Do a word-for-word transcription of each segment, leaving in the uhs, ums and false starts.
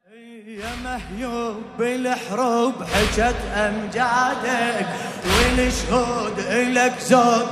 يا مهيوب بالحروب حجت أمجادك والشهود إلك زود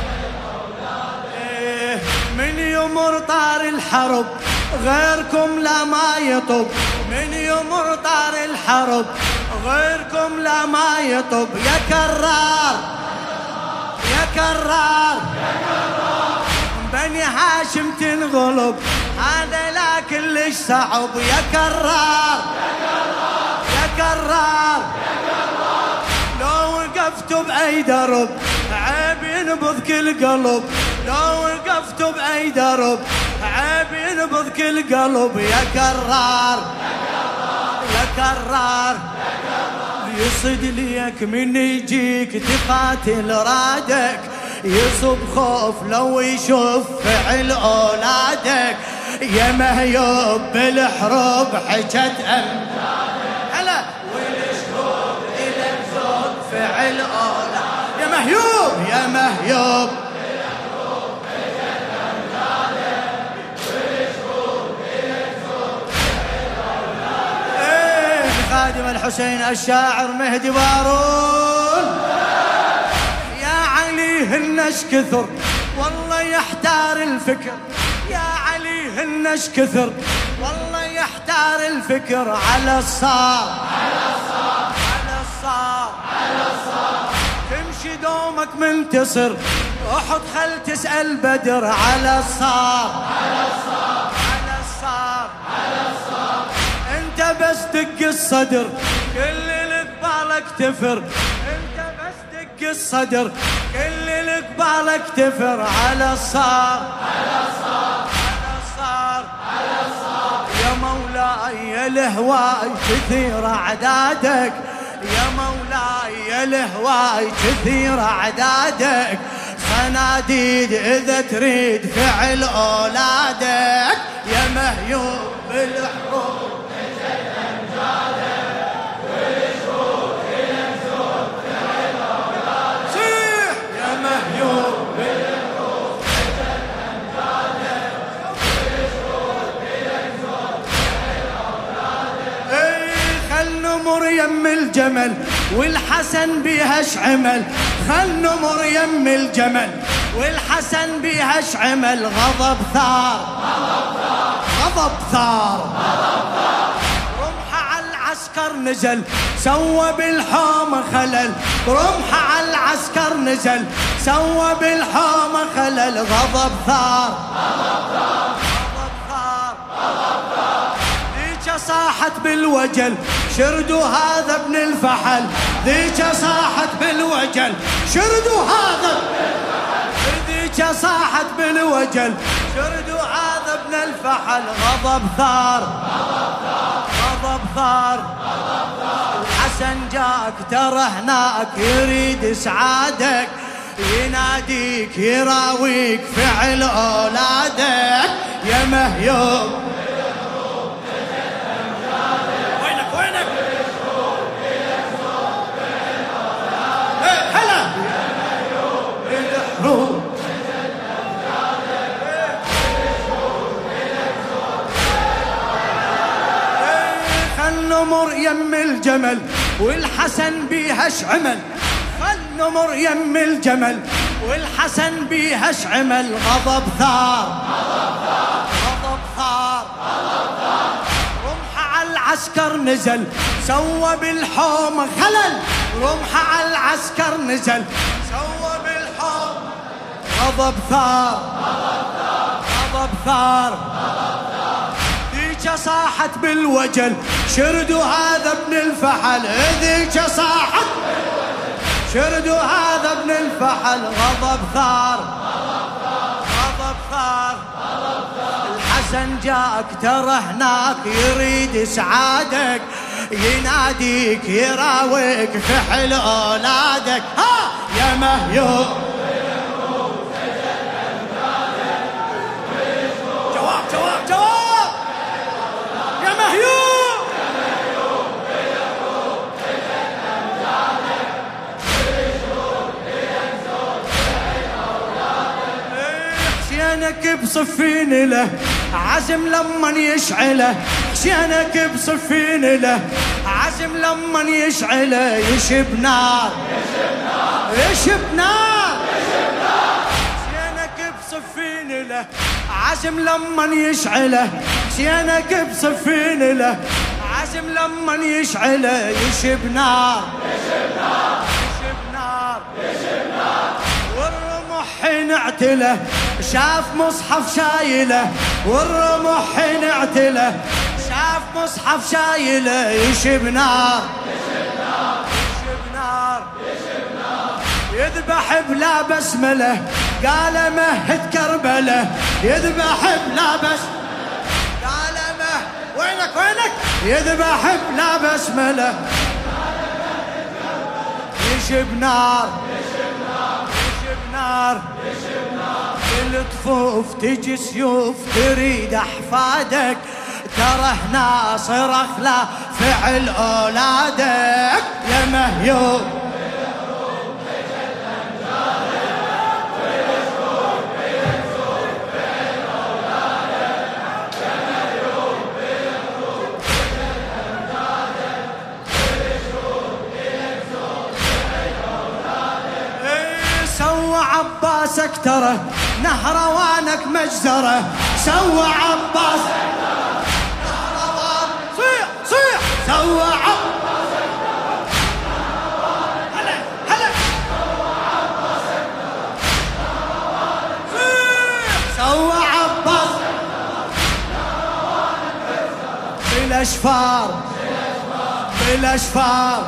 من يمر طار الحرب غيركم لا ما يطب من يمر طار الحرب غيركم لا ما يطب يا كرار يا كرار بني هاشم تنغلب هذا لا كلش صعب يا كرار يا كرار لو وقفت بأي درب عيب ينبض كل قلب لو وقفت بأي درب عيب ينبض كل قلب يا كرار يا كرار يصد ليك من يجيك تقاتل رادك يصب خوف لو يشوف فعل أولادك يا مهيوب بالحروب حجت أمجادك هلا والشهود إلك زود فعل أولادك يا مهيوب يا مهيوب بالحروب حجت أمجادك والشهود إلك زود فعل أولادك إيه خادم الحسين الشاعر مهدي بارون هنش كثر والله يحتار الفكر يا علي هنش كثر والله يحتار الفكر على الصار على الصار على الصار على الصار تمشي دومك منتصر احط خل تسأل بدر على الصار على الصار على الصار على الصار انت بس دق الصدر كل اللي قبالك تفر انت بس دق الصدر كل اللي قبالك تفر على الصار على الصار على الصار على الصار يا مولاي يا الهواي كثير اعدادك يا مولاي يا الهواي كثير اعدادك صناديد اذا تريد فعل اولادك يا مهيوب بالحروب حجت امجادك والشهود الك زود فعل اولادك يا مهيوب بالحروب حجت أمجادك والشهود إلك زود فعل أولادك اي خل نمر يم الجمل والحسن بيهش عمل خل نمر يم الجمل والحسن بيهش عمل غضب ثار غضب ثار غضب ثار رمح على العسكر نزل سوى بالحومة خلل رمح على العسكر نزل سوى بالحومة خلل غضب ثار غضب ثار غضب ثار غضب ثار ذيك صاحت بالوجل شردوا هذا ابن الفحل ذيك صاحت بالوجل شردوا هذا ذيك صاحت بالوجل شردوا هذا ابن الفحل غضب ثار غضب ثار غضب ثار الحسن جاك ترى هناك يريد اسعادك يناديك يراويك فعل اولادك يا مهيوب وينك وينك هلا يا مهيوب بالحروب نمر يم الجمل والحسن بيهش عمل خل نمر يم الجمل والحسن بيهش عمل غضب ثار غضب ثار رمح على العسكر نزل سوى بالحومة خلل رمح على العسكر نزل سوى بالحومة غضب ثار غضب ثار صاحت بالوجل شردوا هذا ابن الفحل ذيك صاحت شردوا هذا ابن الفحل غضب ثار غضب ثار الحسن جاك ترى هناك يريد اسعادك يناديك يراويك فحل اولادك ها يا مهيوب جواب جواب جواب مهيوب بالحروب حجت أمجادك والشهود إلك زود فعل أولادك حسينك بصفين له عزم لما يشعله، حسينك بصفين له عزم لما يشعله، يشب نار يشب نار حسينك بصفين له عزم لما يشعله، حسينك بصفين له عزم لما يشعله، يشب نار يشب نار يشب نار والرمح حين اعتله شاف مصحف شايله، والرمح حين اعتله شاف مصحف شايله، يشب نار يشب نار يذبح بلا بسمله قال مهد كربله، يذبح بلا بسمله قال مه وينك وينك يذبح بلا بسمله يشب نار يشب نار بالطفوف تجي سيوف تريد احفادك، ترى هنا صرخ لا فعل اولادك، يا مهيوب عباسك ترى نهروانك مجزرة، سوى عباسك نهروان صيح صيح سوى عباسك هلا هلا سوى عباسك بالاشفار بالاشفار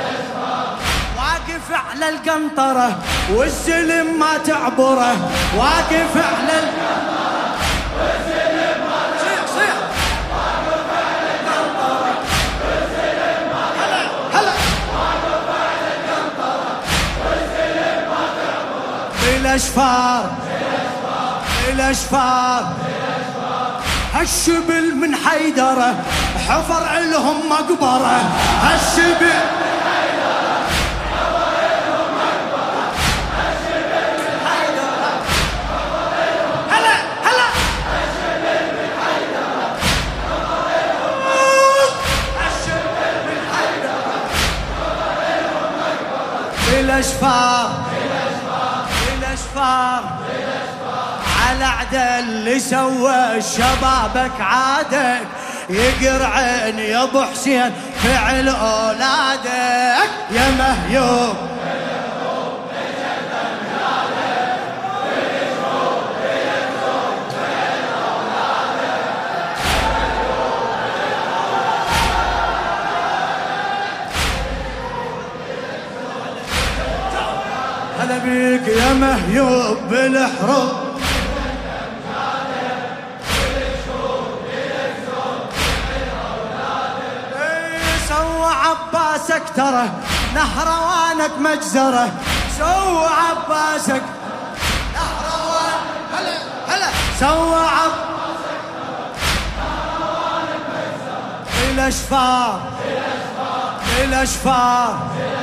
واقف على القنطرة والسلم ما تعبره، واقف على القنطرة والسلم ما تعبره، صيح صيح واقف على القنطرة والسلم ما تعبره، هلا هلا واقف على القنطرة والسلم ما تعبره، بالاشفار بالاشفار هالشبل من حيدره حفر علهم مقبره، هالشبل بالاشفار بالاشفار على عدا اللي سوى شبابك عادك، يقرعن يا ابو حسين فعل اولادك، يا مهيوب هلا بيك يا مهيوب بالحروب، سوى عباسك ترى نهروانك مجزرة، سوى عباسك نهروان هلا هلا سوى عباسك نهروانك مجزرة، بالاشفار بالاشفار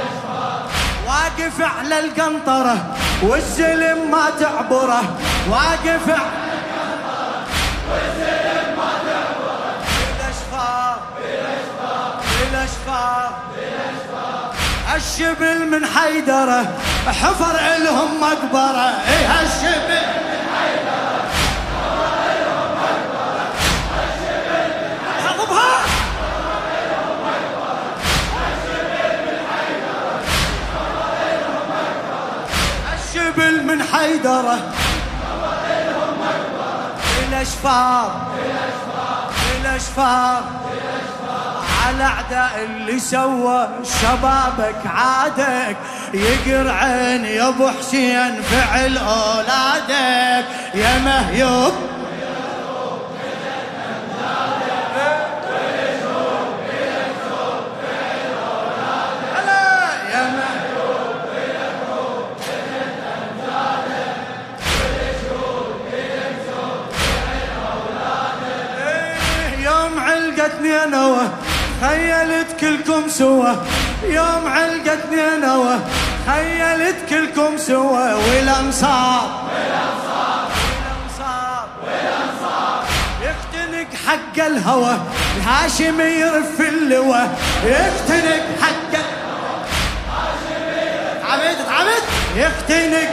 واقف على القنطرة والزلم ما تعبره، واقف على القنطرة والزلم ما تعبره، بالاشفار بالاشفار بالاشفار الشبل من حيدره حفر لهم مقبره، اي هالشبل من حيدره حفر لهم مقبره، هالشبل من حيدره حفر لهم مقبره، هالشبل من حيدره حفر لهم مقبره، الشبل من حيدره حفر لهم مقبره، بالاشفار بالاشفار على اعداء اللي سوى شبابك عادك، يقرعن يا ابو حسين فعل اولادك، يا مهيوب نينوى خيلت كلكم سوا، يوم علقت نينوى خيلت كلكم سوا، والانصار والانصار والانصار يختنق حق الهوى الهاشمي يرف اللوى يختنق حق الهوى الهاشمي يرف عبد عبد يختنق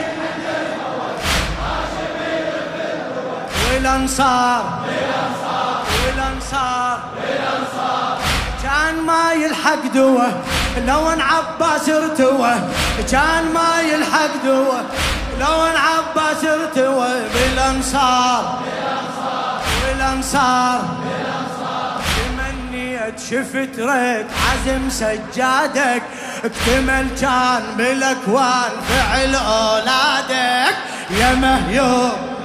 والانصار والانصار والانصار كان ما يلحق دوه لو ان عباس ارتوى كان ما يلحق دوه لو ان عباس ارتوى بالانصار والانصار تمنيت شفت ريت عزم سجادك اكتمل كان بالاكوان فعل اولادك يا مهيوب